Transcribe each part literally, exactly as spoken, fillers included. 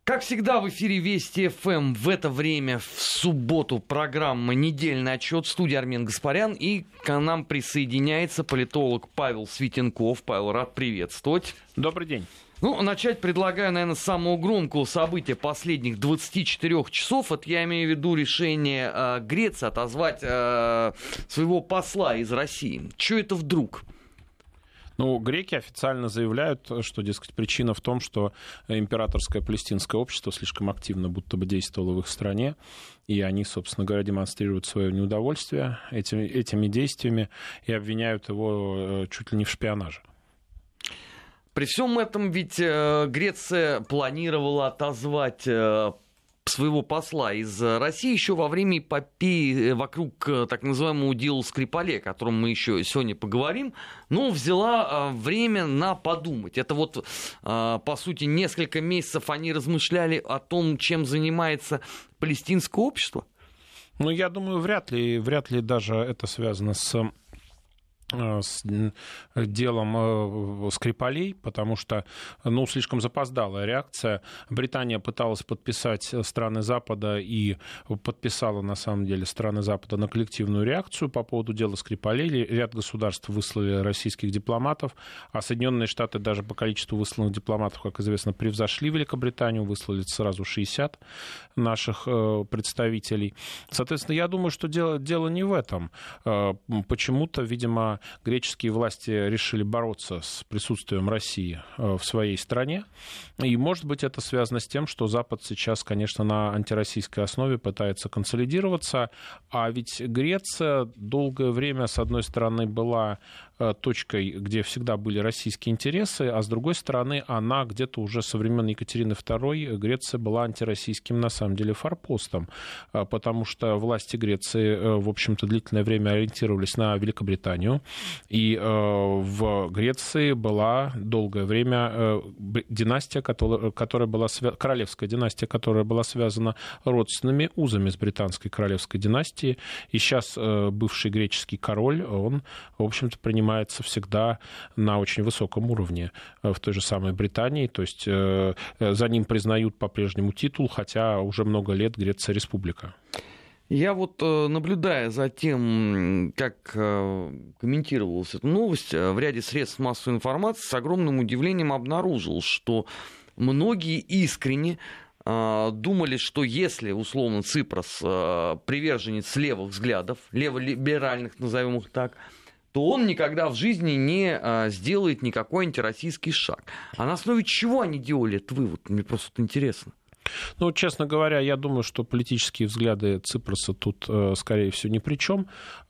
Как всегда в эфире Вести ФМ в это время, в субботу, программа «Недельный отчет», студия Армен Гаспарян, и к нам присоединяется политолог Павел Светенков. Павел, рад приветствовать. Добрый день. Ну, начать предлагаю, наверное, с самого громкого события последних двадцати четырёх часов. Это я имею в виду решение э, Греции отозвать э, своего посла из России. Чего это вдруг? Ну, греки официально заявляют, что, дескать, причина в том, что императорское палестинское общество слишком активно будто бы действовало в их стране, и они, собственно говоря, демонстрируют свое неудовольствие этими, этими действиями и обвиняют его чуть ли не в шпионаже. При всем этом ведь э, Греция планировала отозвать э, своего посла из России еще во время эпопеи вокруг так называемого дела Скрипалей, о котором мы еще сегодня поговорим, но взяла время на подумать. Это вот, по сути, несколько месяцев они размышляли о том, чем занимается палестинское общество. Ну, я думаю, вряд ли, вряд ли даже это связано с... с делом Скрипалей, потому что, ну, слишком запоздалая реакция. Британия пыталась подписать страны Запада и подписала, на самом деле, страны Запада на коллективную реакцию по поводу дела Скрипалей. Ряд государств выслали российских дипломатов, а Соединенные Штаты даже по количеству высланных дипломатов, как известно, превзошли Великобританию, выслали сразу шестьдесят наших представителей. Соответственно, я думаю, что дело, дело не в этом. Почему-то, видимо, греческие власти решили бороться с присутствием России в своей стране. И, может быть, это связано с тем, что Запад сейчас, конечно, на антироссийской основе пытается консолидироваться. А ведь Греция долгое время, с одной стороны, была точкой, где всегда были российские интересы, а с другой стороны, она где-то уже со времен Екатерины второй, Греция была антироссийским, на самом деле, форпостом, потому что власти Греции, в общем-то, длительное время ориентировались на Великобританию, и в Греции была долгое время династия, которая, которая была свя... королевская династия, которая была связана родственными узами с британской королевской династией, и сейчас бывший греческий король, он, в общем-то, принимает всегда на очень высоком уровне в той же самой Британии, то есть за ним признают по-прежнему титул, хотя уже много лет Греция республика. Я вот, наблюдая за тем, как комментировалась эта новость, в ряде средств массовой информации с огромным удивлением обнаружил, что многие искренне думали, что если, условно, Ципрос приверженец левых взглядов, леволиберальных, назовем их так, то он никогда в жизни не а, сделает никакой антироссийский шаг. А на основе чего они делали этот вывод? Мне просто интересно. Ну, честно говоря, я думаю, что политические взгляды Ципроса тут, скорее всего, ни при чем.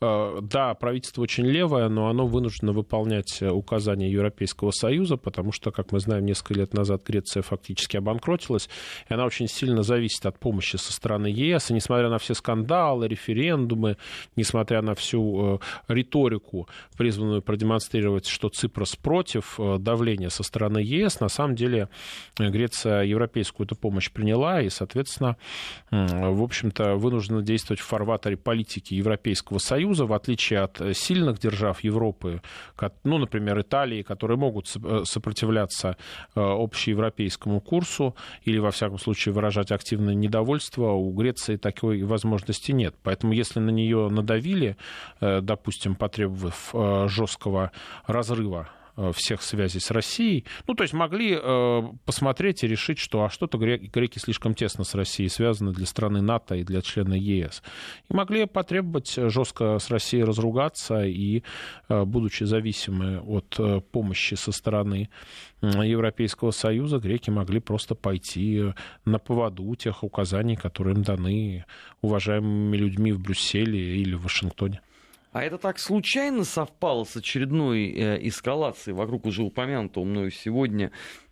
Да, правительство очень левое, но оно вынуждено выполнять указания Европейского Союза, потому что, как мы знаем, несколько лет назад Греция фактически обанкротилась, и она очень сильно зависит от помощи со стороны ЕС. И несмотря на все скандалы, референдумы, несмотря на всю риторику, призванную продемонстрировать, что Ципрос против давления со стороны ЕС, на самом деле Греция европейскую эту помощь приняла. И, соответственно, в общем-то, вынуждена действовать в фарватере политики Европейского Союза, в отличие от сильных держав Европы, ну, например, Италии, которые могут сопротивляться общеевропейскому курсу или, во всяком случае, выражать активное недовольство. У Греции такой возможности нет. Поэтому, если на нее надавили, допустим, потребовав жесткого разрыва всех связей с Россией, ну, то есть могли э, посмотреть и решить, что а что-то греки, греки слишком тесно с Россией связаны для страны НАТО и для члена ЕС. И могли потребовать жестко с Россией разругаться, и, э, будучи зависимы от э, помощи со стороны Европейского Союза, греки могли просто пойти на поводу тех указаний, которые им даны уважаемыми людьми в Брюсселе или в Вашингтоне. А это так случайно совпало с очередной э, эскалацией вокруг уже упомянутого мною сегодня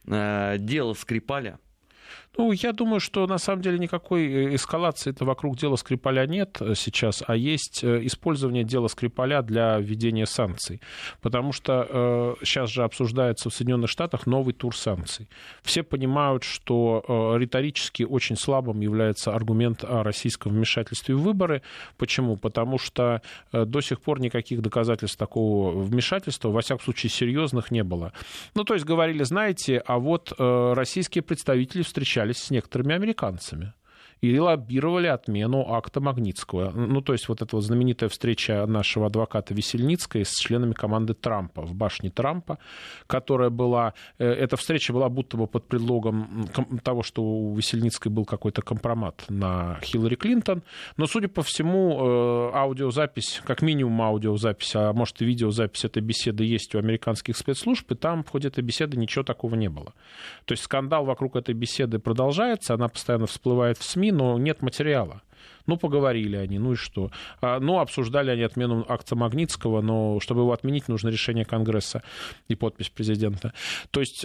э, дела Скрипаля? Ну, я думаю, что на самом деле никакой эскалации-то вокруг дела Скрипаля нет сейчас, а есть использование дела Скрипаля для введения санкций. Потому что э, сейчас же обсуждается в Соединенных Штатах новый тур санкций. Все понимают, что э, риторически очень слабым является аргумент о российском вмешательстве в выборы. Почему? Потому что э, до сих пор никаких доказательств такого вмешательства, во всяком случае, серьезных не было. Ну, то есть говорили, знаете, а вот э, российские представители встречались встречались с некоторыми американцами и лоббировали отмену акта Магнитского. Ну, то есть вот эта вот знаменитая встреча нашего адвоката Весельницкой с членами команды Трампа в башне Трампа, которая была... Эта встреча была будто бы под предлогом того, что у Весельницкой был какой-то компромат на Хиллари Клинтон. Но, судя по всему, аудиозапись, как минимум аудиозапись, а может и видеозапись этой беседы есть у американских спецслужб, и там в ходе этой беседы ничего такого не было. То есть скандал вокруг этой беседы продолжается, она постоянно всплывает в СМИ, но нет материала. Ну, поговорили они, ну и что? Ну, обсуждали они отмену акта Магнитского, но чтобы его отменить, нужно решение Конгресса и подпись президента. То есть...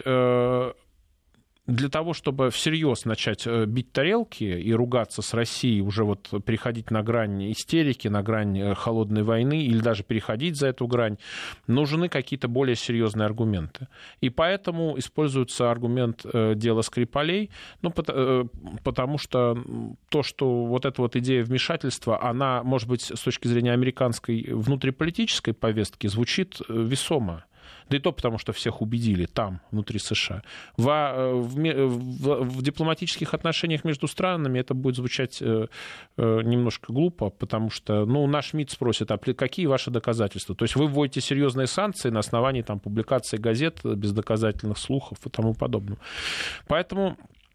Для того, чтобы всерьез начать бить тарелки и ругаться с Россией, уже вот переходить на грань истерики, на грань холодной войны или даже переходить за эту грань, нужны какие-то более серьезные аргументы. И поэтому используется аргумент дела Скрипалей, ну, потому что то, что вот эта вот идея вмешательства, она, может быть, с точки зрения американской внутриполитической повестки звучит весомо. Да и то потому, что всех убедили там, внутри США. В, в, в, в дипломатических отношениях между странами это будет звучать э, э, немножко глупо, потому что ну, наш МИД спросит, а какие ваши доказательства? То есть вы вводите серьезные санкции на основании там, публикаций газет, бездоказательных слухов и тому подобное. Поэтому...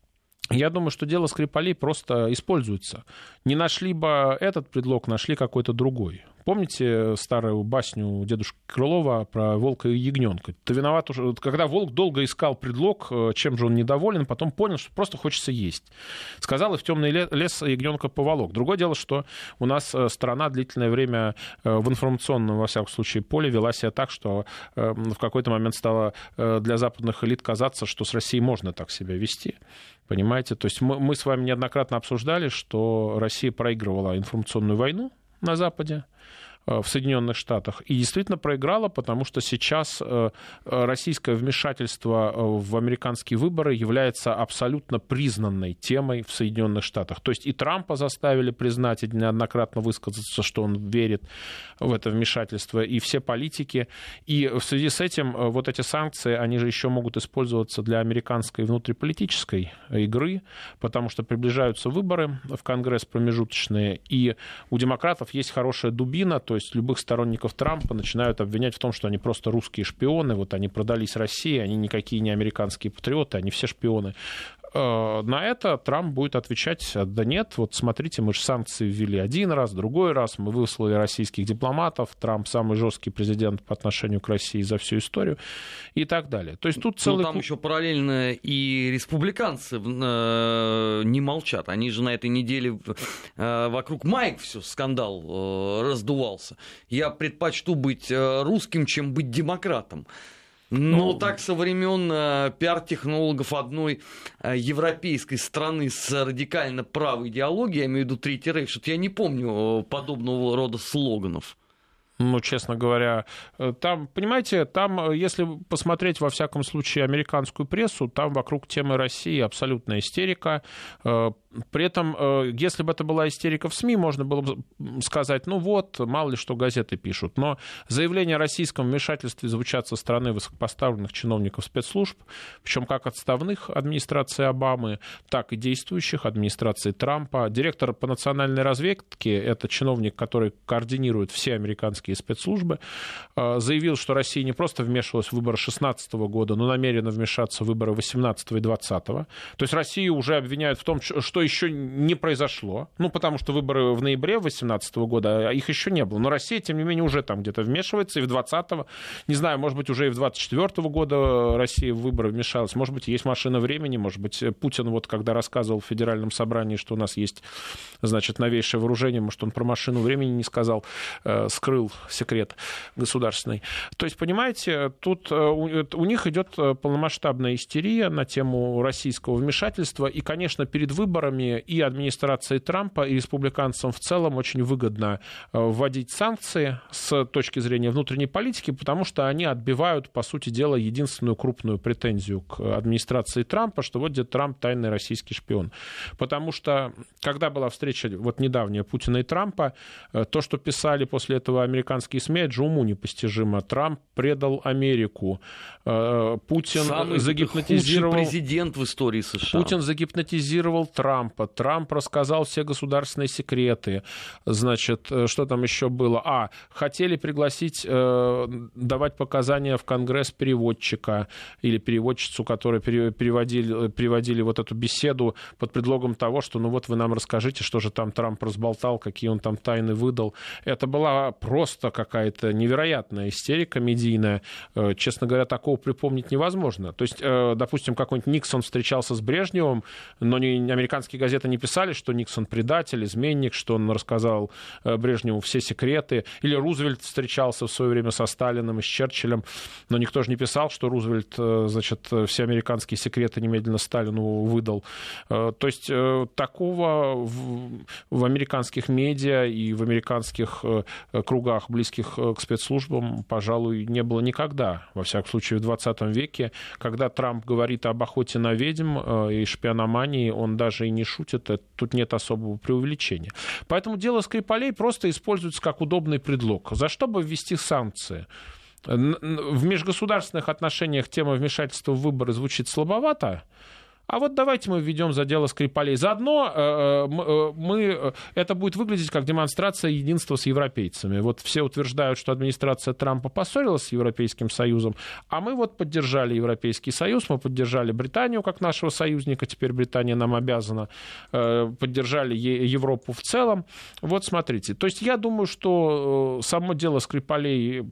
Я думаю, что дело Скрипалей просто используется. Не нашли бы этот предлог, нашли какой-то другой. Помните старую басню дедушки Крылова про волка и ягненка? Ты виноват уже, когда волк долго искал предлог, чем же он недоволен, потом понял, что просто хочется есть. Сказал, и в темный лес ягненка поволок. Другое дело, что у нас страна длительное время в информационном, во всяком случае, поле вела себя так, что в какой-то момент стало для западных элит казаться, что с Россией можно так себя вести. Понимаете? То есть мы, мы с вами неоднократно обсуждали, что Россия проигрывала информационную войну на Западе, в Соединенных Штатах. И действительно проиграла, потому что сейчас российское вмешательство в американские выборы является абсолютно признанной темой в Соединенных Штатах. То есть и Трампа заставили признать и неоднократно высказаться, что он верит в это вмешательство, и все политики. И в связи с этим вот эти санкции, они же еще могут использоваться для американской внутриполитической игры, потому что приближаются выборы в Конгресс промежуточные, и у демократов есть хорошая дубина, то есть любых сторонников Трампа начинают обвинять в том, что они просто русские шпионы, вот они продались России, они никакие не американские патриоты, они все шпионы. На это Трамп будет отвечать: да нет, вот смотрите, мы же санкции ввели один раз, другой раз, мы выслали российских дипломатов, Трамп самый жесткий президент по отношению к России за всю историю и так далее. То есть тут целый... Но там еще параллельно и республиканцы не молчат. Они же на этой неделе вокруг маек все, скандал раздувался. Я предпочту быть русским, чем быть демократом. Ну, так со времен э, пиар-технологов одной э, европейской страны с радикально правой идеологией, я имею в виду Третий Рейх, что-то я не помню э, подобного рода слоганов. Ну, честно говоря, там, понимаете, там, если посмотреть, во всяком случае, американскую прессу, там вокруг темы России абсолютная истерика. При этом, если бы это была истерика в СМИ, можно было бы сказать, ну вот, мало ли что газеты пишут. Но заявления о российском вмешательстве звучат со стороны высокопоставленных чиновников спецслужб, причем как отставных администрации Обамы, так и действующих администрации Трампа. Директор по национальной разведке, это чиновник, который координирует все американские спецслужбы, заявил, что Россия не просто вмешивалась в выборы шестнадцатого года, но намерена вмешаться в выборы восемнадцатого и двадцатого. То есть Россию уже обвиняют в том, что еще не произошло, ну, потому что выборы в ноябре восемнадцатого года, а их еще не было. Но Россия, тем не менее, уже там где-то вмешивается, и в двадцатого, не знаю, может быть, уже и в двадцать четвёртого года Россия в выборы вмешалась. Может быть, есть машина времени, может быть, Путин, вот когда рассказывал в Федеральном собрании, что у нас есть, значит, новейшее вооружение, может, он про машину времени не сказал, скрыл секрет государственный. То есть, понимаете, тут у них идет полномасштабная истерия на тему российского вмешательства, и, конечно, перед выборами демократами и администрацией Трампа, и республиканцам в целом очень выгодно вводить санкции с точки зрения внутренней политики, потому что они отбивают, по сути дела, единственную крупную претензию к администрации Трампа, что вот где Трамп тайный российский шпион. Потому что, когда была встреча вот недавняя Путина и Трампа, то, что писали после этого американские СМИ, это же уму непостижимо. Трамп предал Америку. Путин Самый загипнотизировал... худший президент в истории США. Путин загипнотизировал Трампа. Трамп рассказал все государственные секреты. Значит, что там еще было? А, хотели пригласить, э, давать показания в Конгресс переводчика или переводчицу, которые переводили, переводили вот эту беседу под предлогом того, что ну вот вы нам расскажите, что же там Трамп разболтал, какие он там тайны выдал. Это была просто какая-то невероятная истерика медийная. Э, честно говоря, такого припомнить невозможно. То есть, э, допустим, какой-нибудь Никсон встречался с Брежневым, но не, американские газеты не писали, что Никсон предатель, изменник, что он рассказал Брежневу все секреты. Или Рузвельт встречался в свое время со Сталиным и с Черчиллем, но никто же не писал, что Рузвельт, значит, все американские секреты немедленно Сталину выдал. То есть такого в, в американских медиа и в американских кругах, близких к спецслужбам, пожалуй, не было никогда, во всяком случае, в двадцатом веке. Когда Трамп говорит об охоте на ведьм и шпиономании, он даже и не шутит, тут нет особого преувеличения. Поэтому дело Скрипалей просто используется как удобный предлог. За что бы ввести санкции? В межгосударственных отношениях тема вмешательства в выборы звучит слабовато, а вот давайте мы введем за дело Скрипалей. Заодно э, мы, это будет выглядеть как демонстрация единства с европейцами. Вот все утверждают, что администрация Трампа поссорилась с Европейским Союзом, а мы вот поддержали Европейский Союз, мы поддержали Британию как нашего союзника, теперь Британия нам обязана, э, поддержали Европу в целом. Вот смотрите. То есть я думаю, что само дело Скрипалей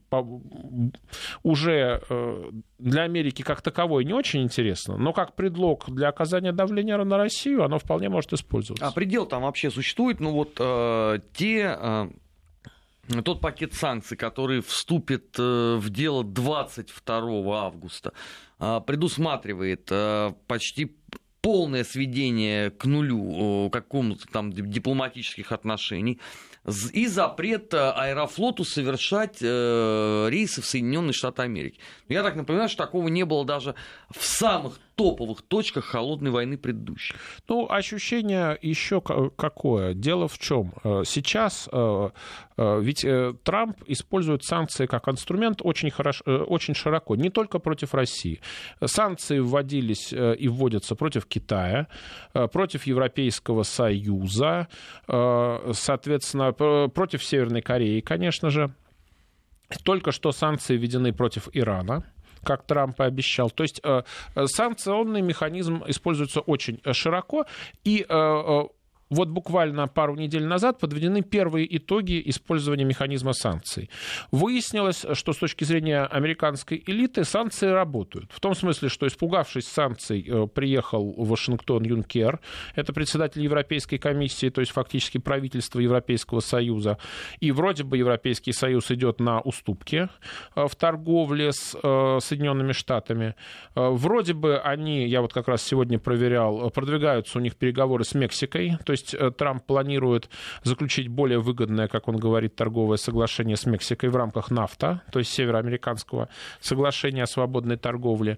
уже для Америки как таковой не очень интересно, но как предлог для Для оказания давления на Россию оно вполне может использоваться. А предел там вообще существует? Ну вот э, те, э, тот пакет санкций, который вступит э, в дело двадцать второго августа, э, предусматривает э, почти полное сведение к нулю э, какому-то там дипломатических отношений и запрет Аэрофлоту совершать э, рейсы в Соединенные Штаты Америки. Я так напоминаю, что такого не было даже в самых топовых точках холодной войны предыдущей. Ну, ощущение еще какое? Дело в чем? Сейчас ведь Трамп использует санкции как инструмент очень, хорошо, очень широко, не только против России. Санкции вводились и вводятся против Китая, против Европейского Союза, соответственно, против Северной Кореи, конечно же. Только что санкции введены против Ирана, как Трамп и обещал. То есть э, санкционный механизм используется очень широко, и э, вот буквально пару недель назад подведены первые итоги использования механизма санкций. Выяснилось, что с точки зрения американской элиты санкции работают. В том смысле, что, испугавшись санкций, приехал в Вашингтон Юнкер, это председатель Европейской комиссии, то есть фактически правительство Европейского Союза, и вроде бы Европейский Союз идет на уступки в торговле с Соединенными Штатами. Вроде бы они, я вот как раз сегодня проверял, продвигаются у них переговоры с Мексикой, то есть Трамп планирует заключить более выгодное, как он говорит, торговое соглашение с Мексикой в рамках нафта, то есть североамериканского соглашения о свободной торговле.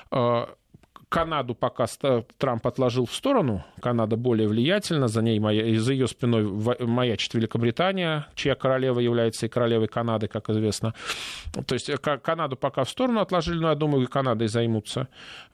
Канаду пока Трамп отложил в сторону. Канада более влиятельна, за ней, за ее спиной маячит Великобритания, чья королева является и королевой Канады, как известно. То есть Канаду пока в сторону отложили, но я думаю, и Канадой займутся.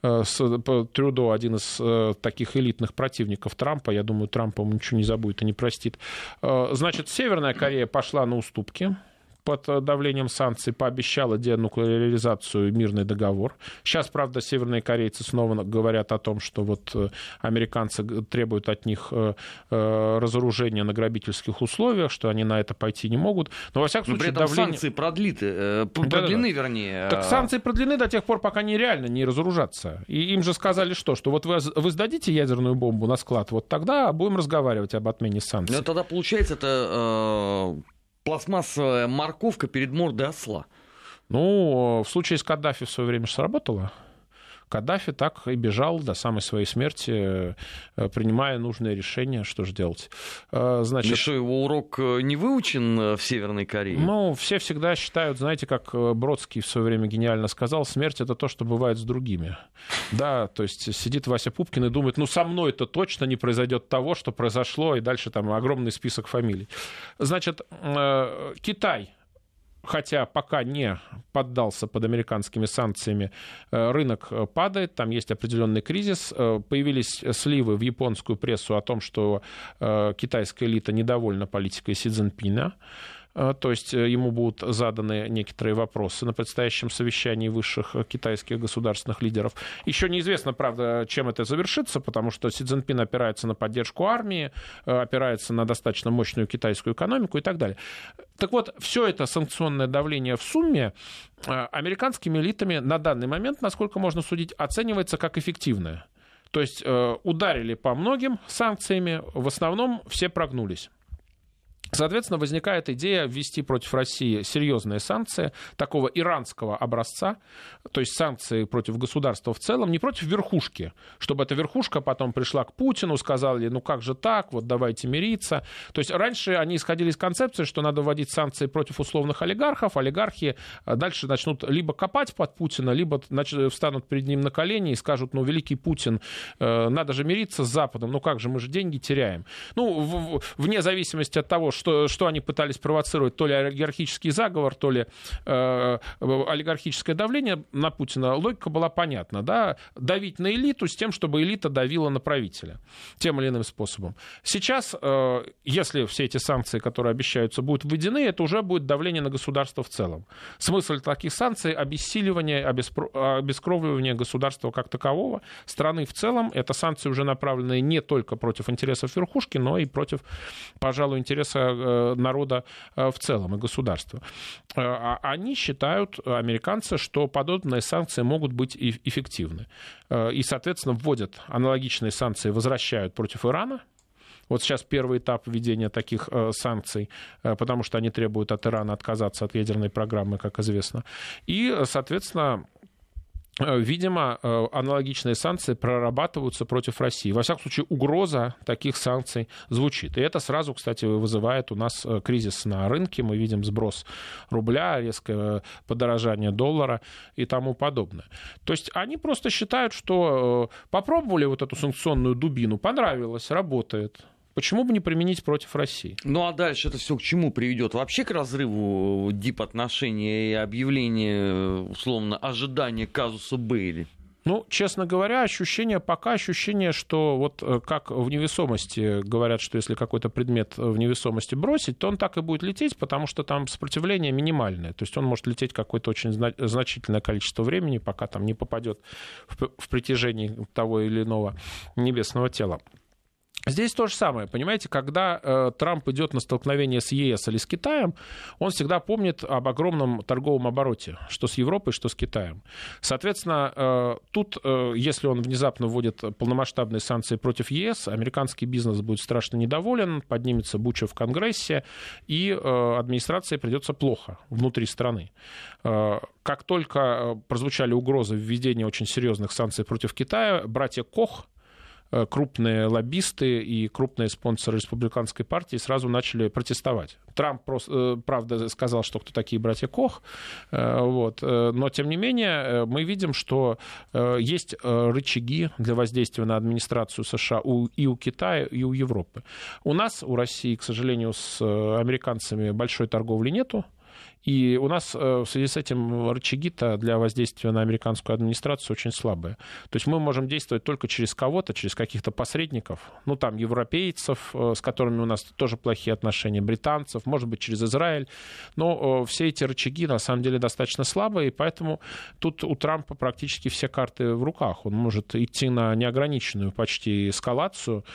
Трюдо один из таких элитных противников Трампа. Я думаю, Трамп, по-моему, ничего не забудет и не простит. Значит, Северная Корея пошла на уступки. Под давлением санкций пообещала денуклеаризацию, мирный договор. Сейчас, правда, северные корейцы снова говорят о том, что вот американцы требуют от них разоружения на грабительских условиях, что они на это пойти не могут. Но, во всяком случае, при этом давление... санкции продлиты, продлены, да, да, вернее. Так санкции продлены до тех пор, пока нереально не разоружаться. И им же сказали, что, что вот вы, вы сдадите ядерную бомбу на склад, вот тогда будем разговаривать об отмене санкций. Но тогда, получается, это... пластмассовая морковка перед мордой осла. Ну, в случае с Каддафи в свое время сработало. Каддафи так и бежал до самой своей смерти, принимая нужные решения, что же делать. Значит, и что, его урок не выучен в Северной Корее? Ну, все всегда считают, знаете, как Бродский в свое время гениально сказал, смерть — это то, что бывает с другими. Да, то есть сидит Вася Пупкин и думает, ну, со мной-то точно не произойдет того, что произошло, и дальше там огромный список фамилий. Значит, Китай, хотя пока не поддался под американскими санкциями, рынок падает, там есть определенный кризис. Появились сливы в японскую прессу о том, что китайская элита недовольна политикой Си Цзиньпина. То есть ему будут заданы некоторые вопросы на предстоящем совещании высших китайских государственных лидеров. Еще неизвестно, правда, чем это завершится, потому что Си Цзиньпин опирается на поддержку армии, опирается на достаточно мощную китайскую экономику и так далее. Так вот, все это санкционное давление в сумме американскими элитами на данный момент, насколько можно судить, оценивается как эффективное. То есть ударили по многим санкциями, в основном все прогнулись. Соответственно, возникает идея ввести против России серьезные санкции такого иранского образца, то есть санкции против государства в целом, не против верхушки, чтобы эта верхушка потом пришла к Путину, сказали, ну как же так, вот давайте мириться. То есть раньше они исходили из концепции, что надо вводить санкции против условных олигархов, олигархи дальше начнут либо копать под Путина, либо встанут перед ним на колени и скажут, ну великий Путин, надо же мириться с Западом, ну как же, мы же деньги теряем. Ну, вне зависимости от того, что Что, что они пытались провоцировать, то ли олигархический заговор, то ли э, олигархическое давление на Путина, логика была понятна. Да? Давить на элиту с тем, чтобы элита давила на правителя тем или иным способом. Сейчас, э, если все эти санкции, которые обещаются, будут введены, это уже будет давление на государство в целом. Смысл таких санкций — обессиливание, обескровливание государства как такового, страны в целом. Это санкции уже направлены не только против интересов верхушки, но и против, пожалуй, интереса народа в целом и государства. Они считают, американцы, что подобные санкции могут быть эффективны. И, соответственно, вводят аналогичные санкции, возвращают против Ирана. Вот сейчас первый этап введения таких санкций, потому что они требуют от Ирана отказаться от ядерной программы, как известно. И, соответственно, видимо, аналогичные санкции прорабатываются против России. Во всяком случае, угроза таких санкций звучит. И это сразу, кстати, вызывает у нас кризис на рынке. Мы видим сброс рубля, резкое подорожание доллара и тому подобное. То есть они просто считают, что попробовали вот эту санкционную дубину, понравилось, работает. Почему бы не применить против России? Ну а дальше это все к чему приведет? Вообще к разрыву дипотношений и объявлению, условно, ожидания казуса Бейли? Ну, честно говоря, ощущение, пока ощущение, что вот как в невесомости говорят, что если какой-то предмет в невесомости бросить, то он так и будет лететь, потому что там сопротивление минимальное. То есть он может лететь какое-то очень значительное количество времени, пока там не попадет в притяжение того или иного небесного тела. Здесь то же самое, понимаете, когда э, Трамп идет на столкновение с ЕС или с Китаем, он всегда помнит об огромном торговом обороте, что с Европой, что с Китаем. Соответственно, э, тут, э, если он внезапно вводит полномасштабные санкции против ЕС, американский бизнес будет страшно недоволен, поднимется буча в Конгрессе, и э, администрации придется плохо внутри страны. Э, как только прозвучали угрозы введения очень серьезных санкций против Китая, братья Кох, крупные лоббисты и крупные спонсоры республиканской партии сразу начали протестовать. Трамп, просто, правда, сказал, что кто такие братья Кох, вот. Но, тем не менее, мы видим, что есть рычаги для воздействия на администрацию США и у Китая, и у Европы. У нас, у России, к сожалению, с американцами большой торговли нету. И у нас в связи с этим рычаги-то для воздействия на американскую администрацию очень слабые. То есть мы можем действовать только через кого-то, через каких-то посредников, ну там европейцев, с которыми у нас тоже плохие отношения, британцев, может быть через Израиль. Но все эти рычаги на самом деле достаточно слабые, и поэтому тут у Трампа практически все карты в руках. Он может идти на неограниченную почти эскалацию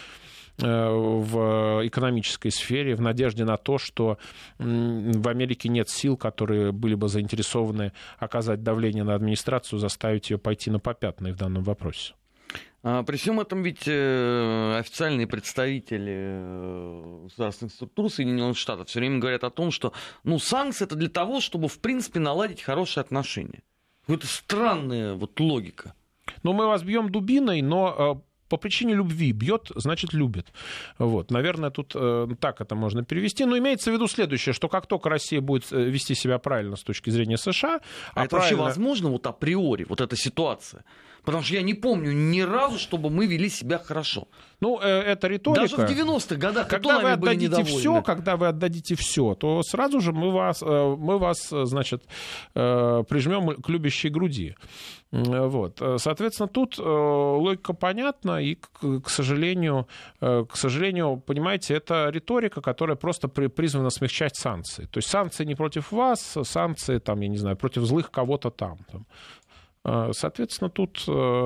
в экономической сфере в надежде на то, что в Америке нет сил, которые были бы заинтересованы оказать давление на администрацию, заставить ее пойти на попятные в данном вопросе. При всем этом ведь официальные представители государственных структур Соединенных Штатов все время говорят о том, что ну, санкции это для того, чтобы в принципе наладить хорошие отношения. Это странная вот логика. Ну, мы вас бьем дубиной, но по причине любви. Бьет, значит, любит. Вот. Наверное, тут э, так это можно перевести. Но имеется в виду следующее, что как только Россия будет вести себя правильно с точки зрения США... А, а это правильно... вообще возможно вот априори, вот эта ситуация? Потому что я не помню ни разу, чтобы мы вели себя хорошо. Ну, э, это риторика. Даже в девяностых годах, когда вы отдадите все, когда вы отдадите все, то сразу же мы вас, э, мы вас значит, э, прижмем к любящей груди. Вот. Соответственно, тут э, логика понятна, и, к, к сожалению, э, к сожалению, понимаете, это риторика, которая просто при, призвана смягчать санкции. То есть санкции не против вас, санкции, там, я не знаю, против злых кого-то там. там. Соответственно, тут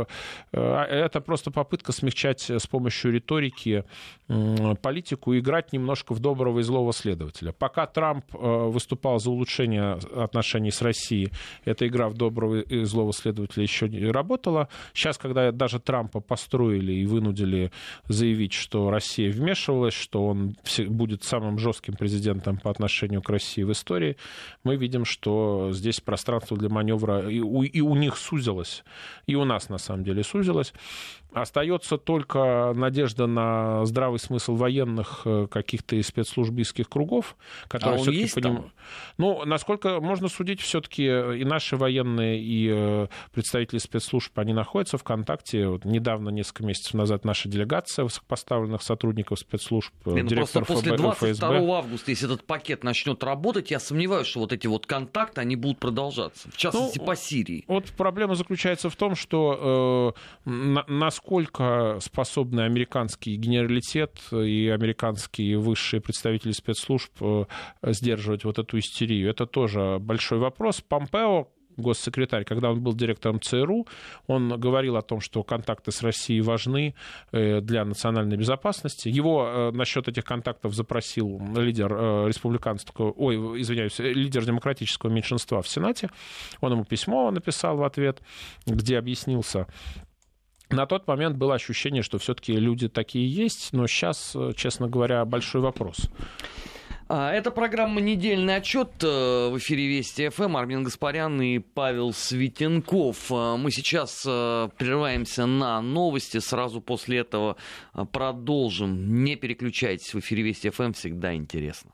это просто попытка смягчать с помощью риторики политику и играть немножко в доброго и злого следователя. Пока Трамп выступал за улучшение отношений с Россией, эта игра в доброго и злого следователя еще не работала. Сейчас, когда даже Трампа построили и вынудили заявить, что Россия вмешивалась, что он будет самым жестким президентом по отношению к России в истории, мы видим, что здесь пространство для маневра и у, и у них сузилось, и у нас на самом деле сузилось. Остается только надежда на здравый смысл военных каких-то из спецслужбистских кругов, которые а все-таки понимают. Ну, насколько можно судить, все-таки и наши военные, и представители спецслужб, они находятся в контакте. Вот недавно, несколько месяцев назад, наша делегация высокопоставленных сотрудников спецслужб, Блин, директор просто после двадцать второго эф эс бэ. августа, если этот пакет начнет работать, я сомневаюсь, что вот эти вот контакты, они будут продолжаться. В частности, ну, по Сирии. Вот проблема заключается в том, что э, на, насколько способны американский генералитет и американские высшие представители спецслужб э, сдерживать вот эту истерию, это тоже большой вопрос. Помпео, госсекретарь, когда он был директором ЦРУ, он говорил о том, что контакты с Россией важны для национальной безопасности. Его насчет этих контактов запросил лидер республиканского, ой, извиняюсь, лидер демократического меньшинства в Сенате. Он ему письмо написал в ответ, где объяснился. На тот момент было ощущение, что все-таки люди такие есть, но сейчас, честно говоря, большой вопрос. Это программа «Недельный отчет» в эфире Вести ФМ. Армен Гаспарян и Павел Светенков. Мы сейчас прерываемся на новости. Сразу после этого продолжим. Не переключайтесь. В эфире Вести ФМ всегда интересно.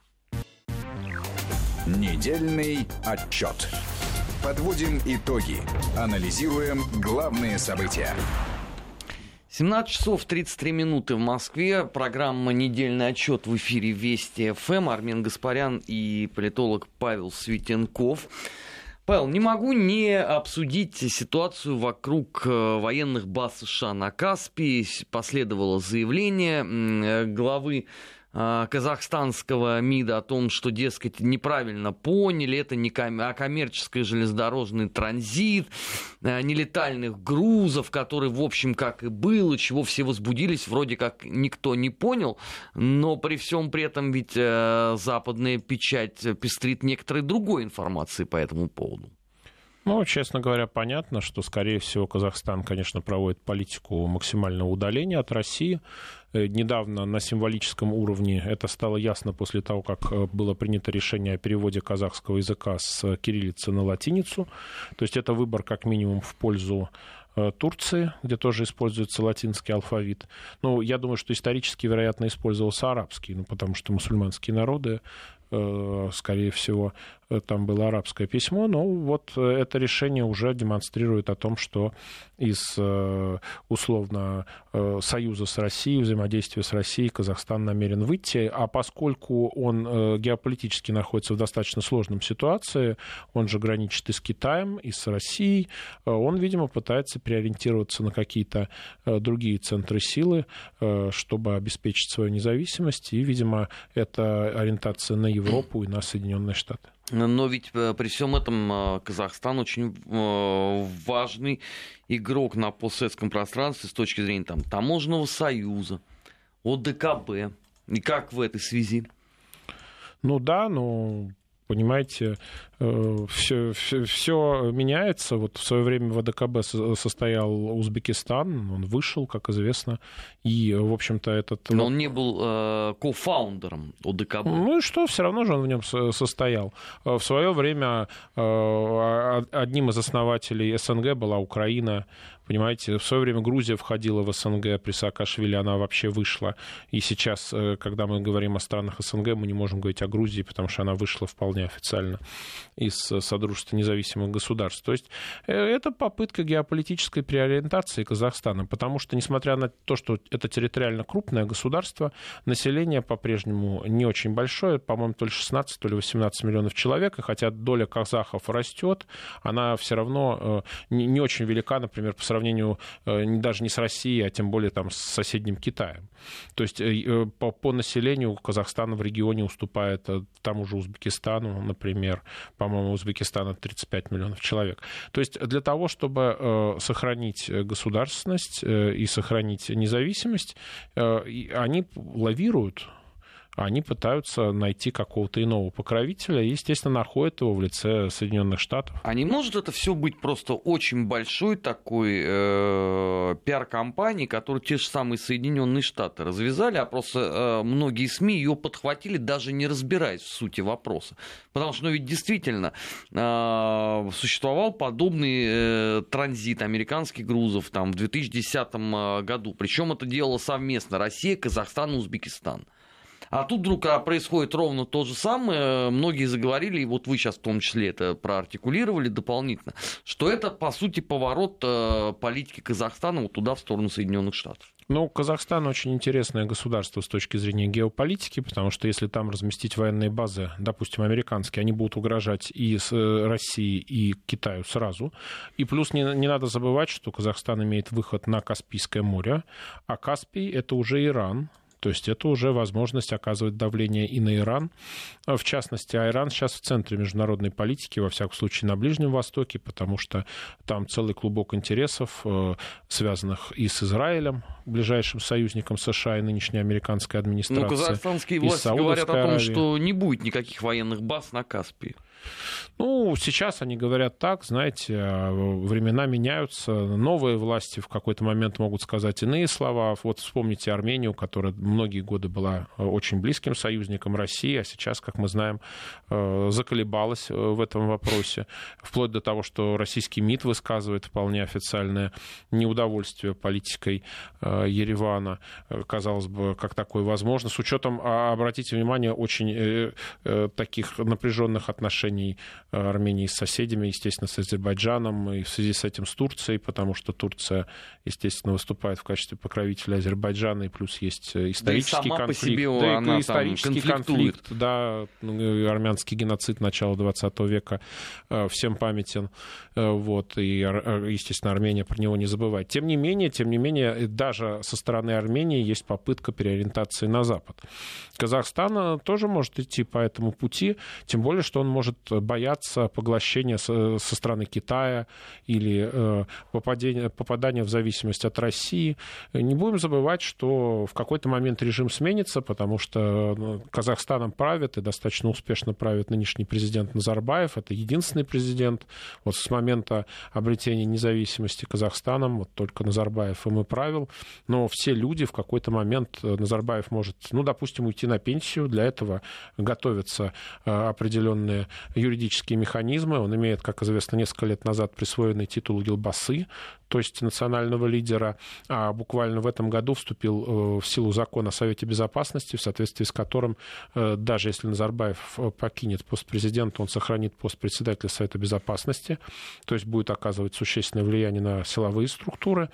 Недельный отчет. Подводим итоги. Анализируем главные события. семнадцать часов тридцать три минуты в Москве. Программа «Недельный отчет» в эфире Вести ФМ. Армен Гаспарян и политолог Павел Светенков. Павел, не могу не обсудить ситуацию вокруг военных баз США на Каспии. Последовало заявление главы казахстанского МИДа о том, что, дескать, неправильно поняли, это не ком... а коммерческий железнодорожный транзит, нелетальных грузов, который, в общем, как и был, и чего все возбудились, вроде как никто не понял, но при всем при этом ведь западная печать пестрит некоторой другой информацией по этому поводу. Ну, честно говоря, понятно, что, скорее всего, Казахстан, конечно, проводит политику максимального удаления от России. Недавно на символическом уровне это стало ясно после того, как было принято решение о переводе казахского языка с кириллицы на латиницу. То есть это выбор как минимум в пользу Турции, где тоже используется латинский алфавит. Ну, я думаю, что исторически, вероятно, использовался арабский, ну, потому что мусульманские народы, скорее всего, там было арабское письмо, но вот это решение уже демонстрирует о том, что из, условно, союза с Россией, взаимодействия с Россией Казахстан намерен выйти, а поскольку он геополитически находится в достаточно сложном ситуации, он же граничит и с Китаем, и с Россией, он, видимо, пытается переориентироваться на какие-то другие центры силы, чтобы обеспечить свою независимость, и, видимо, это ориентация на Европу и на Соединенные Штаты. Но ведь при всем этом Казахстан очень важный игрок на постсоветском пространстве с точки зрения там, таможенного союза, О Дэ Ка Бэ. И как в этой связи? Ну да, ну... Понимаете, все, все, все меняется. Вот в свое время в О Дэ Ка Бэ состоял Узбекистан, он вышел, как известно, и, в общем-то, этот... Но он не был э, кофаундером О Дэ Ка Бэ. Ну и что, все равно же он в нем состоял. В свое время э, одним из основателей Эс Эн Гэ была Украина, Понимаете, в свое время Грузия входила в СНГ при Саакашвили, она вообще вышла. И сейчас, когда мы говорим о странах СНГ, мы не можем говорить о Грузии, потому что она вышла вполне официально из Содружества независимых государств. То есть это попытка геополитической переориентации Казахстана, потому что, несмотря на то, что это территориально крупное государство, население по-прежнему не очень большое, по-моему, то ли шестнадцать, то ли восемнадцать миллионов человек, и хотя доля казахов растет, она все равно не очень велика, например, по сравнению даже не с Россией, а тем более там, с соседним Китаем. То есть по, по населению Казахстан в регионе уступает тому же Узбекистану, например. По-моему, Узбекистан — это тридцать пять миллионов человек. То есть для того, чтобы сохранить государственность и сохранить независимость, они лавируют. Они пытаются найти какого-то иного покровителя и, естественно, находят его в лице Соединенных Штатов. А не может это все быть просто очень большой такой э, пиар-компанией, которую те же самые Соединенные Штаты развязали, а просто э, многие СМИ ее подхватили, даже не разбираясь в сути вопроса. Потому что, ну, ведь действительно э, существовал подобный э, транзит американских грузов там, в две тысячи десятом году. Причем это делала совместно Россия, Казахстан и Узбекистан. А тут вдруг происходит ровно то же самое. Многие заговорили, и вот вы сейчас в том числе это проартикулировали дополнительно, что это, по сути, поворот политики Казахстана вот туда, в сторону Соединенных Штатов. Ну, Казахстан очень интересное государство с точки зрения геополитики, потому что если там разместить военные базы, допустим, американские, они будут угрожать и России, и Китаю сразу. И плюс не, не надо забывать, что Казахстан имеет выход на Каспийское море, а Каспий — это уже Иран. То есть это уже возможность оказывать давление и на Иран. В частности, а Иран сейчас в центре международной политики, во всяком случае на Ближнем Востоке, потому что там целый клубок интересов, связанных и с Израилем, ближайшим союзником США и нынешней американской администрации. Ну, казахстанские власти говорят о том, что не будет никаких военных баз на Каспии. Ну, сейчас они говорят так, знаете, времена меняются, новые власти в какой-то момент могут сказать иные слова. Вот вспомните Армению, которая многие годы была очень близким союзником России, а сейчас, как мы знаем, заколебалась в этом вопросе, вплоть до того, что российский МИД высказывает вполне официальное неудовольствие политикой Еревана, казалось бы, как такое возможно, с учетом, обратите внимание, очень таких напряженных отношений Армении с соседями, естественно, с Азербайджаном, и в связи с этим с Турцией, потому что Турция, естественно, выступает в качестве покровителя Азербайджана, и плюс есть исторический да и конфликт. По себе да, она и исторический конфликт, да, армянский геноцид начала двадцатого века всем памятен, вот, и, естественно, Армения про него не забывает. Тем не менее, тем не менее, даже со стороны Армении есть попытка переориентации на Запад. Казахстан тоже может идти по этому пути, тем более, что он может бояться поглощения со, со стороны Китая или э, попадения, попадания в зависимость от России. Не будем забывать, что в какой-то момент режим сменится, потому что ну, Казахстаном правит и достаточно успешно правит нынешний президент Назарбаев. Это единственный президент. Вот с момента обретения независимости Казахстаном вот только Назарбаев им и правил. Но все люди в какой-то момент Назарбаев может, ну, допустим, уйти на пенсию. Для этого готовятся э, определенные юридические механизмы. Он имеет, как известно, несколько лет назад присвоенный титул Елбасы, то есть национального лидера, а буквально в этом году вступил в силу закон о Совете Безопасности, в соответствии с которым даже если Назарбаев покинет пост президента, он сохранит пост председателя Совета Безопасности, то есть будет оказывать существенное влияние на силовые структуры.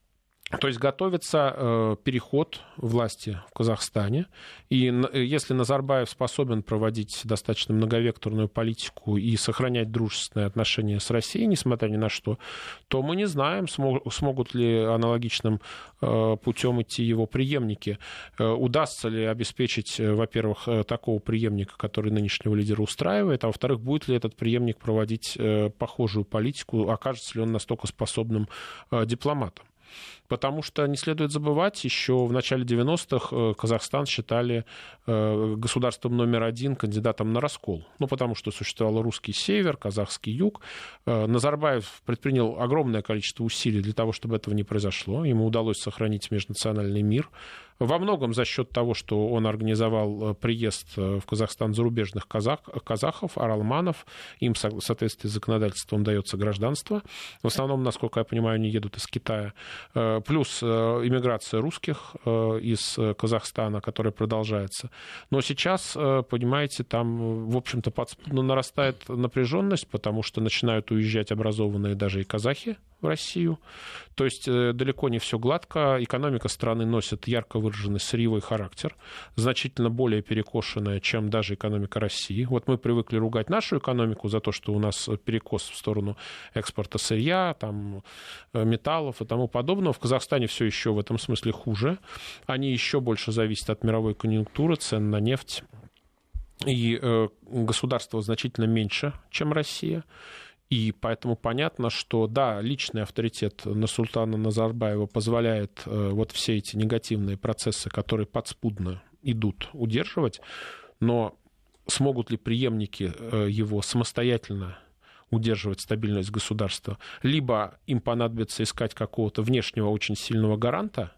То есть готовится э, переход власти в Казахстане. И если Назарбаев способен проводить достаточно многовекторную политику и сохранять дружественные отношения с Россией, несмотря ни на что, то мы не знаем, смог, смогут ли аналогичным э, путем идти его преемники. Э, удастся ли обеспечить, э, во-первых, э, такого преемника, который нынешнего лидера устраивает, а во-вторых, будет ли этот преемник проводить э, похожую политику, окажется ли он настолько способным э, дипломатом. Потому что не следует забывать, еще в начале девяностых Казахстан считали государством номер один, кандидатом на раскол. Ну, потому что существовал русский север, казахский юг. Назарбаев предпринял огромное количество усилий для того, чтобы этого не произошло. Ему удалось сохранить межнациональный мир. Во многом за счет того, что он организовал приезд в Казахстан зарубежных казах, казахов, оралманов. Им в соответствии с законодательством дается гражданство. В основном, насколько я понимаю, они едут из Китая. Плюс иммиграция русских из Казахстана, которая продолжается. Но сейчас, понимаете, там, в общем-то, подспудно нарастает напряженность, потому что начинают уезжать образованные даже и казахи в Россию. То есть далеко не все гладко. Экономика страны носит ярко выраженный сырьевой характер, значительно более перекошенная, чем даже экономика России. Вот мы привыкли ругать нашу экономику за то, что у нас перекос в сторону экспорта сырья, там, металлов и тому подобного. В Казахстане все еще в этом смысле хуже. Они еще больше зависят от мировой конъюнктуры, цен на нефть. И э, государство значительно меньше, чем Россия. И поэтому понятно, что, да, личный авторитет Нурсултана Назарбаева позволяет э, вот все эти негативные процессы, которые подспудно идут, удерживать, но смогут ли преемники э, его самостоятельно удерживать стабильность государства, либо им понадобится искать какого-то внешнего очень сильного гаранта,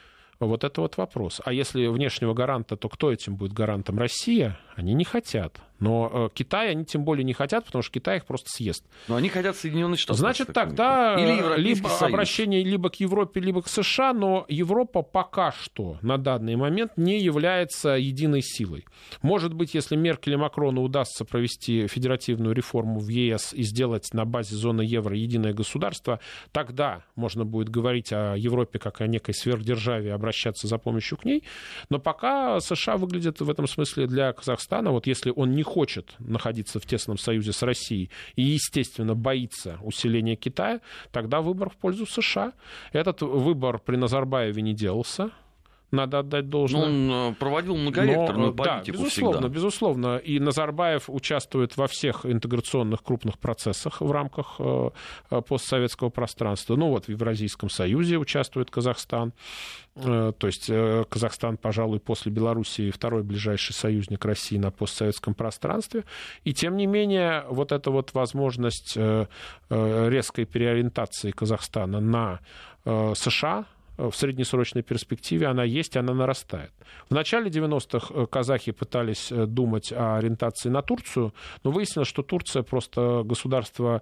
вот это вот вопрос. А если внешнего гаранта, то кто этим будет гарантом? Россия? Они не хотят. Но Китай они тем более не хотят, потому что Китай их просто съест. Но они хотят Соединенные Штаты. Значит, тогда либо Союз. Обращение либо к Европе, либо к США, но Европа пока что на данный момент не является единой силой. Может быть, если Меркель и Макрону удастся провести федеративную реформу в ЕС и сделать на базе зоны евро единое государство, тогда можно будет говорить о Европе как о некой сверхдержаве, обращаться за помощью к ней. Но пока США выглядит в этом смысле для Казахстана, вот если он не хочет находиться в тесном союзе с Россией и, естественно, боится усиления Китая, тогда выбор в пользу США. Этот выбор при Назарбаеве не делался. Надо отдать должное. Но он проводил многовекторную Но, политику да, безусловно, всегда. безусловно. И Назарбаев участвует во всех интеграционных крупных процессах в рамках э, постсоветского пространства. Ну вот в Евразийском союзе участвует Казахстан. Э, то есть э, Казахстан, пожалуй, после Белоруссии второй ближайший союзник России на постсоветском пространстве. И тем не менее вот эта вот возможность э, э, резкой переориентации Казахстана на э, США в среднесрочной перспективе она есть, она нарастает. В начале девяностых казахи пытались думать о ориентации на Турцию, но выяснилось, что Турция просто государство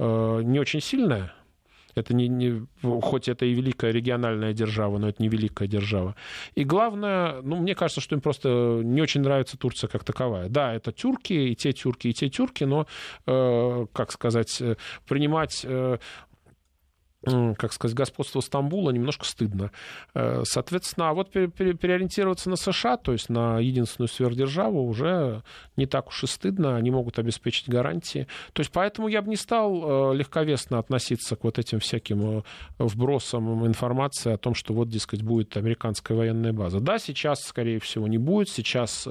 не очень сильное. Это не, не, хоть это и великая региональная держава, но это не великая держава. И главное, ну, мне кажется, что им просто не очень нравится Турция как таковая. Да, это тюрки, и те тюрки, и те тюрки, но, э, как сказать, принимать... Э, как сказать, господство Стамбула немножко стыдно. Соответственно, а вот переориентироваться на США, то есть на единственную сверхдержаву, уже не так уж и стыдно, они могут обеспечить гарантии. То есть поэтому я бы не стал легковесно относиться к вот этим всяким вбросам информации о том, что вот, дескать, будет американская военная база. Да, сейчас, скорее всего, не будет. Сейчас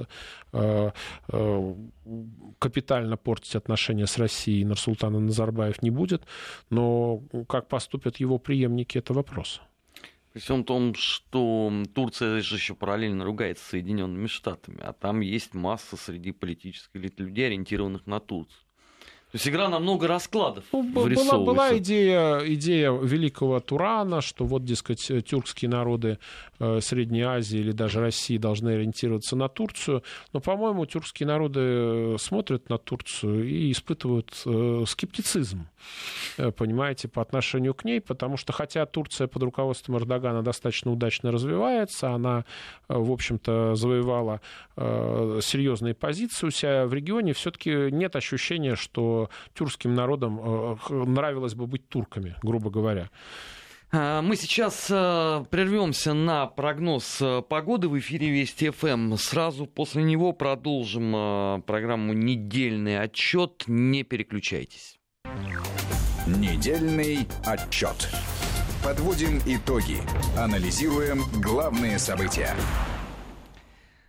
капитально портить отношения с Россией Нурсултан Назарбаев не будет, но как поступят его преемники, это вопрос. При всем том, что Турция же еще параллельно ругается с Соединенными Штатами, а там есть масса среди политической элиты людей, ориентированных на Турцию. То есть игра на много раскладов ну, вырисовывается. Была, была идея, идея великого Турана, что вот, дескать, тюркские народы э, Средней Азии или даже России должны ориентироваться на Турцию. Но, по-моему, тюркские народы смотрят на Турцию и испытывают э, скептицизм, э, понимаете, по отношению к ней, потому что, хотя Турция под руководством Эрдогана достаточно удачно развивается, она, э, в общем-то, завоевала э, серьезные позиции у себя в регионе, все-таки нет ощущения, что тюркским народам нравилось бы быть турками, грубо говоря. Мы сейчас прервемся на прогноз погоды в эфире Вести ФМ. Сразу после него продолжим программу «Недельный отчет». Не переключайтесь. Недельный отчет. Подводим итоги. Анализируем главные события.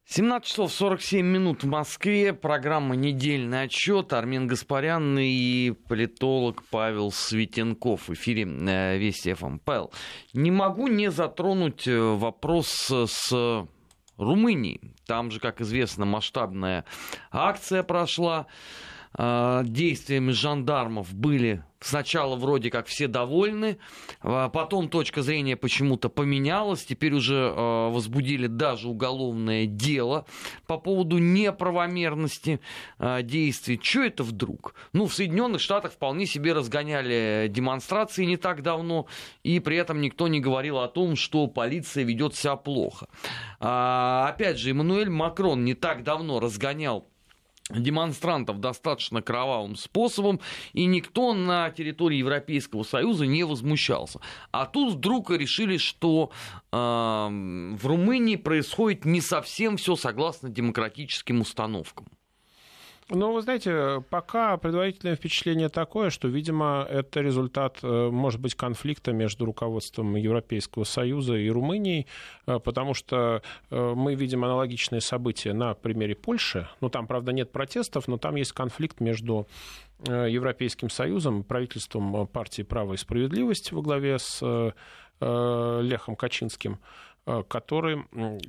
семнадцать часов сорок семь минут в Москве. Программа «Недельный отчет». Армен Гаспарян и политолог Павел Светенков в эфире Вести эф эм. Павел, не могу не затронуть вопрос с Румынией. Там же, как известно, масштабная акция прошла. Действиями жандармов были сначала вроде как все довольны, потом точка зрения почему-то поменялась, теперь уже возбудили даже уголовное дело по поводу неправомерности действий. Что это вдруг? Ну, в Соединенных Штатах вполне себе разгоняли демонстрации не так давно, и при этом никто не говорил о том, что полиция ведет себя плохо. Опять же, Эммануэль Макрон не так давно разгонял демонстрантов достаточно кровавым способом, и никто на территории Европейского Союза не возмущался. А тут вдруг решили, что э, в Румынии происходит не совсем все согласно демократическим установкам. Ну, вы знаете, пока предварительное впечатление такое, что, видимо, это результат, может быть, конфликта между руководством Европейского Союза и Румынией, потому что мы видим аналогичные события на примере Польши. Ну, там, правда, нет протестов, но там есть конфликт между Европейским Союзом и правительством партии «Право и справедливость» во главе с Лехом Качинским, который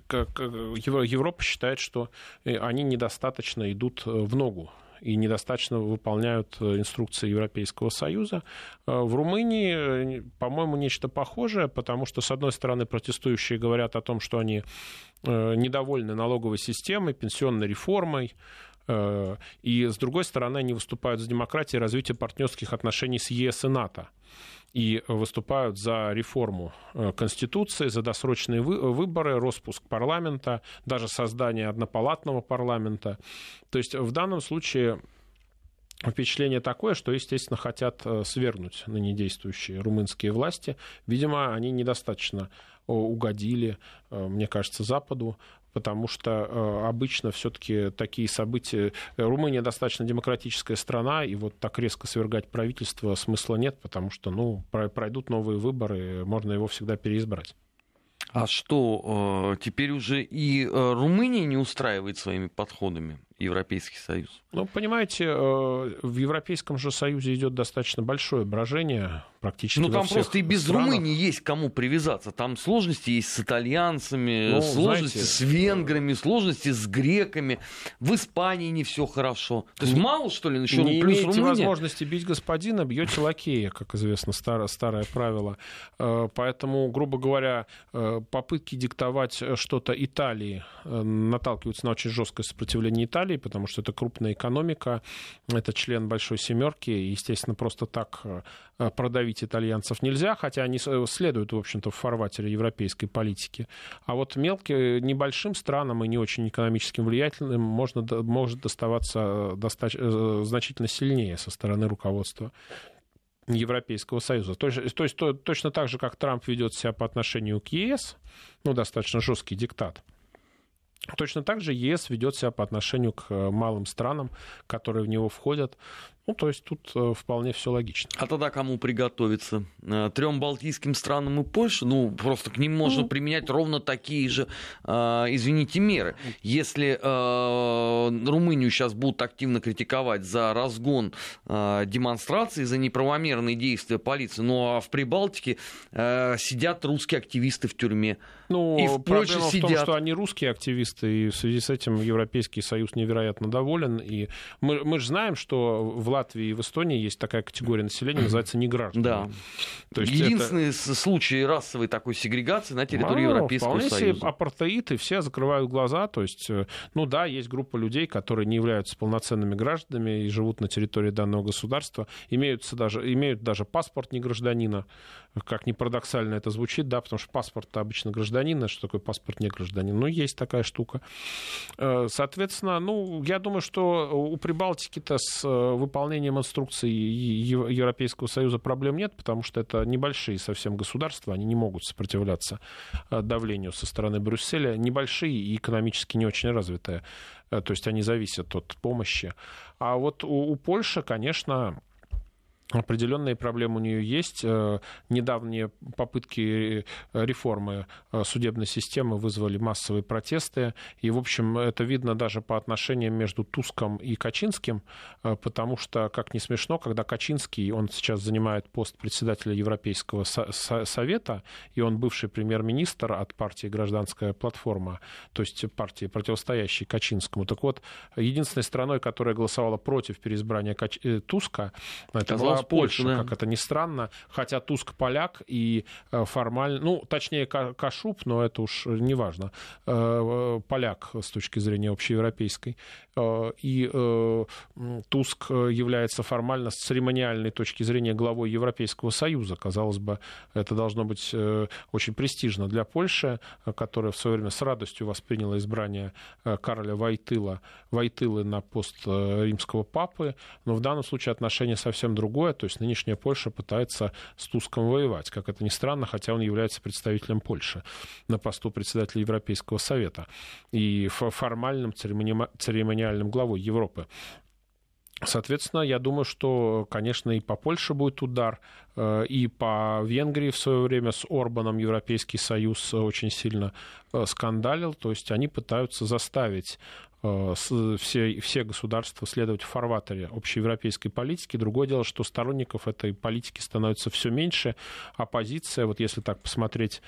Европа считает, что они недостаточно идут в ногу и недостаточно выполняют инструкции Европейского Союза. В Румынии, по-моему, нечто похожее, потому что, с одной стороны, протестующие говорят о том, что они недовольны налоговой системой, пенсионной реформой, и, с другой стороны, они выступают за демократию и развитие партнерских отношений с ЕС и НАТО. И выступают за реформу Конституции, за досрочные выборы, распуск парламента, даже создание однопалатного парламента. То есть в данном случае впечатление такое, что, естественно, хотят свергнуть ныне действующие румынские власти. Видимо, они недостаточно угодили, мне кажется, Западу, потому что обычно все-таки такие события... Румыния достаточно демократическая страна, и вот так резко свергать правительство смысла нет, потому что, ну, пройдут новые выборы, можно его всегда переизбрать. А что, теперь уже и Румыния не устраивает своими подходами Европейский Союз? Ну, понимаете, в Европейском же Союзе идет достаточно большое брожение практически во всех странах. Ну, там просто и без странах. Румынии есть к кому привязаться. Там сложности есть с итальянцами, ну, сложности знаете, с венграми, сложности с греками. В Испании не все хорошо. То есть не, мало, что ли, еще не плюс имеете Румыния? возможности бить господина, бьете лакея, как известно, старое, старое правило. Поэтому, грубо говоря, попытки диктовать что-то Италии наталкиваются на очень жесткое сопротивление Италии, потому что это крупная экономика, это член Большой Семерки, и, естественно, просто так продавить итальянцев нельзя, хотя они следуют, в общем-то, в фарватере европейской политики. А вот мелким, небольшим странам и не очень экономически влиятельным можно, может доставаться достаточно, значительно сильнее со стороны руководства Европейского Союза. То есть, то есть то, точно так же, как Трамп ведет себя по отношению к ЕС, ну, достаточно жесткий диктат, точно так же ЕС ведет себя по отношению к малым странам, которые в него входят. Ну, то есть тут вполне все логично. А тогда кому приготовиться? Трем балтийским странам и Польше? Ну, просто к ним можно mm. применять ровно такие же, извините, меры. Если Румынию сейчас будут активно критиковать за разгон демонстраций, за неправомерные действия полиции, ну, а в Прибалтике сидят русские активисты в тюрьме. Ну, и в Польше проблема сидят. в том, что они русские активисты, и в связи с этим Европейский Союз невероятно доволен. И мы, мы же знаем, что в Латвии и в Эстонии есть такая категория населения, называется неграждане. Да. То есть единственный это... случай расовой такой сегрегации на территории а, Европейского вполне Союза. Себе апартеид, и все закрывают глаза. То есть, ну да, есть группа людей, которые не являются полноценными гражданами и живут на территории данного государства, имеются даже, имеют даже паспорт негражданина. Как ни парадоксально это звучит, да, потому что паспорт обычно гражданина, что такое паспорт не гражданин. Ну, есть такая штука. Соответственно, ну, я думаю, что у Прибалтики-то с выполнением инструкций Европейского Союза проблем нет, потому что это небольшие совсем государства, они не могут сопротивляться давлению со стороны Брюсселя. Небольшие и экономически не очень развитые, то есть они зависят от помощи. А вот у, у Польши, конечно... Определенные проблемы у нее есть. Недавние попытки реформы судебной системы вызвали массовые протесты. И, в общем, это видно даже по отношениям между Туском и Качинским, потому что, как ни смешно, когда Качинский, он сейчас занимает пост председателя Европейского совета, и он бывший премьер-министр от партии «Гражданская платформа», то есть партии, противостоящей Качинскому. Так вот, единственной страной, которая голосовала против переизбрания Кач... Туска, это была Польша, да. Как это ни странно, хотя Туск поляк и формально, ну, точнее, Кашуб, но это уж не важно, поляк с точки зрения общеевропейской. И Туск является формально с церемониальной точки зрения главой Европейского Союза. Казалось бы, это должно быть очень престижно для Польши, которая в свое время с радостью восприняла избрание Кароля Войтыла, Войтылы на пост римского папы, но в данном случае отношение совсем другое, то есть нынешняя Польша пытается с Туском воевать, как это ни странно, хотя он является представителем Польши на посту председателя Европейского Совета и формальным церемониальным главой Европы. Соответственно, я думаю, что, конечно, и по Польше будет удар, и по Венгрии в свое время с Орбаном Европейский Союз очень сильно скандалил, то есть они пытаются заставить все, все государства следовать в фарватере общеевропейской политики. Другое дело, что сторонников этой политики становится все меньше. Оппозиция, вот если так посмотреть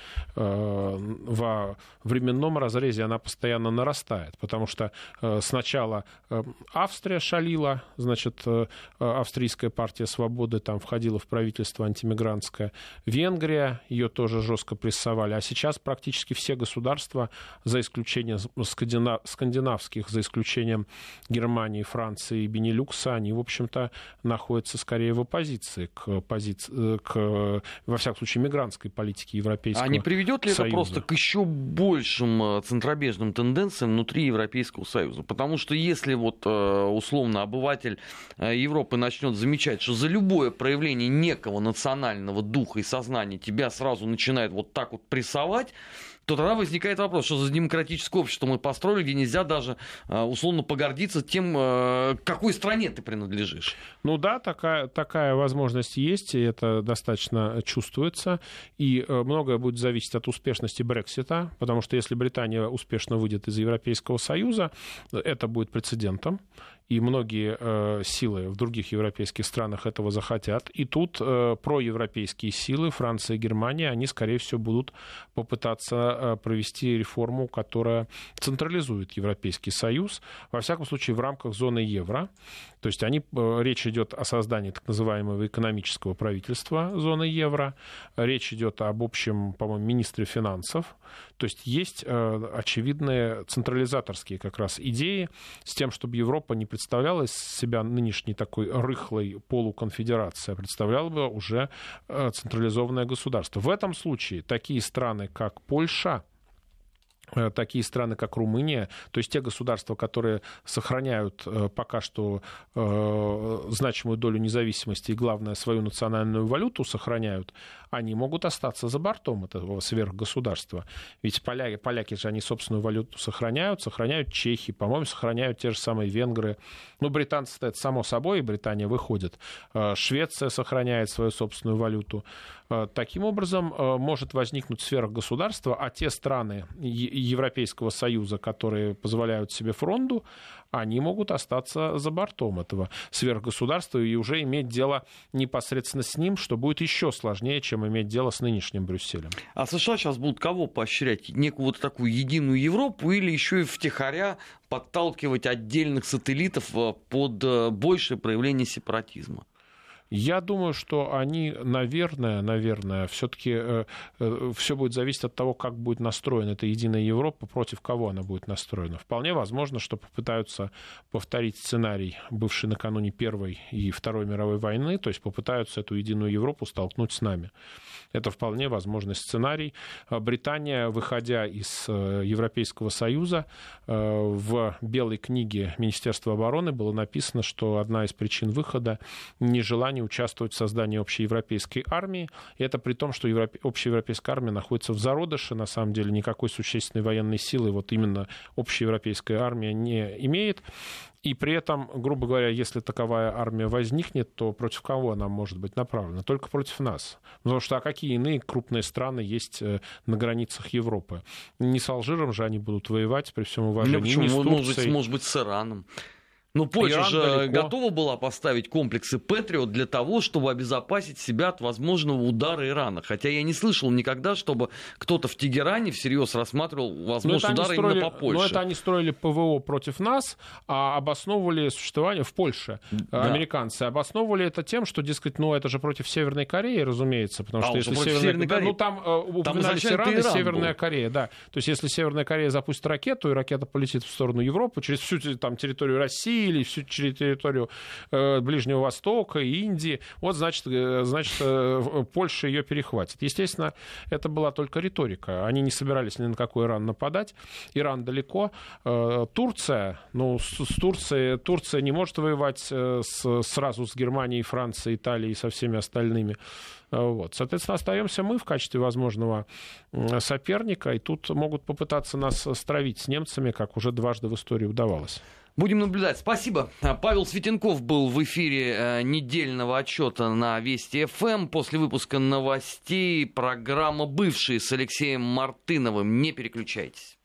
во временном разрезе, она постоянно нарастает, потому что сначала Австрия шалила, значит, австрийская партия свободы там входила в правительство антимигрантское, Венгрия, ее тоже жестко прессовали, а сейчас практически все государства, за исключением скандинавских, за исключением Германии, Франции и Бенилюкса, они, в общем-то, находятся скорее в оппозиции к, позиции, к во всяком случае, мигрантской политике Европейского Союза. А не приведет ли это просто к еще большим центробежным тенденциям внутри Европейского Союза? Потому что если вот условно обыватель Европы начнет замечать, что за любое проявление некого национального духа и сознания тебя сразу начинает вот так вот прессовать, то тогда возникает вопрос, что за демократическое общество мы построили, где нельзя даже условно погордиться тем, к какой стране ты принадлежишь. Ну да, такая, такая возможность есть, и это достаточно чувствуется. И многое будет зависеть от успешности Брексита, потому что если Британия успешно выйдет из Европейского Союза, это будет прецедентом. И многие э, силы в других европейских странах этого захотят. И тут э, проевропейские силы, Франция и Германия, они, скорее всего, будут попытаться э, провести реформу, которая централизует Европейский Союз, во всяком случае, в рамках зоны евро. То есть они, э, речь идет о создании так называемого экономического правительства зоны евро. Речь идет об общем, по-моему, министре финансов. То есть есть э, очевидные централизаторские как раз идеи с тем, чтобы Европа не представляла из себя нынешней такой рыхлой полуконфедерации, а представляла бы уже э, централизованное государство. В этом случае такие страны, как Польша, такие страны, как Румыния, то есть те государства, которые сохраняют пока что э, значимую долю независимости и, главное, свою национальную валюту сохраняют, они могут остаться за бортом этого сверхгосударства. Ведь поляки, поляки же, они собственную валюту сохраняют, сохраняют чехи, по-моему, сохраняют те же самые венгры. Ну, британцы-то это само собой, и Британия выходит. Швеция сохраняет свою собственную валюту. Таким образом, может возникнуть сверхгосударство, а те страны Европейского Союза, которые позволяют себе фронду, они могут остаться за бортом этого сверхгосударства и уже иметь дело непосредственно с ним, что будет еще сложнее, чем иметь дело с нынешним Брюсселем. А США сейчас будут кого поощрять? Некую вот такую единую Европу или еще и втихаря подталкивать отдельных сателлитов под большее проявление сепаратизма? Я думаю, что они, наверное, наверное, все-таки э, э, все будет зависеть от того, как будет настроена эта единая Европа, против кого она будет настроена. Вполне возможно, что попытаются повторить сценарий, бывший накануне Первой и Второй мировой войны, то есть попытаются эту единую Европу столкнуть с нами. Это вполне возможный сценарий. Британия, выходя из Европейского Союза, в Белой книге Министерства обороны было написано, что одна из причин выхода — нежелание желание участвовать в создании общеевропейской армии. И это при том, что Европе... общеевропейская армия находится в зародыше. На самом деле никакой существенной военной силы вот именно общеевропейская армия не имеет. И при этом, грубо говоря, если таковая армия возникнет, то против кого она может быть направлена? Только против нас. Потому что а какие иные крупные страны есть на границах Европы? Не с Алжиром же они будут воевать, при всем уважении. Ну, почему? Не с может, быть, Турцией. может быть, с Ираном. Ну, Польша Иран же далеко. готова была поставить комплексы Патриот для того, чтобы обезопасить себя от возможного удара Ирана. Хотя я не слышал никогда, чтобы кто-то в Тегеране всерьез рассматривал возможность удара строили, именно по Польше. Но это они строили ПВО против нас, а обосновывали существование в Польше. Да. Американцы обосновывали это тем, что, дескать, ну это же против Северной Кореи, разумеется. Потому А, что если Северная... Северной Кореи. Ну там э, упоминались Иран и Иран Северная был. Корея. Да. То есть если Северная Корея запустит ракету, и ракета полетит в сторону Европы, через всю там, территорию России или всю территорию территорию э, Ближнего Востока, Индии, вот, значит, э, значит э, Польша ее перехватит. Естественно, это была только риторика. Они не собирались ни на какой Иран нападать. Иран далеко. Э, Турция, ну, с, с Турцией, Турция не может воевать э, с, сразу с Германией, Францией, Италией и со всеми остальными. Вот. Соответственно, остаемся мы в качестве возможного соперника, и тут могут попытаться нас стравить с немцами, как уже дважды в истории удавалось. Будем наблюдать. Спасибо. Павел Светенков был в эфире недельного отчета на Вести ФМ. После выпуска новостей программа «Бывшие» с Алексеем Мартыновым. Не переключайтесь.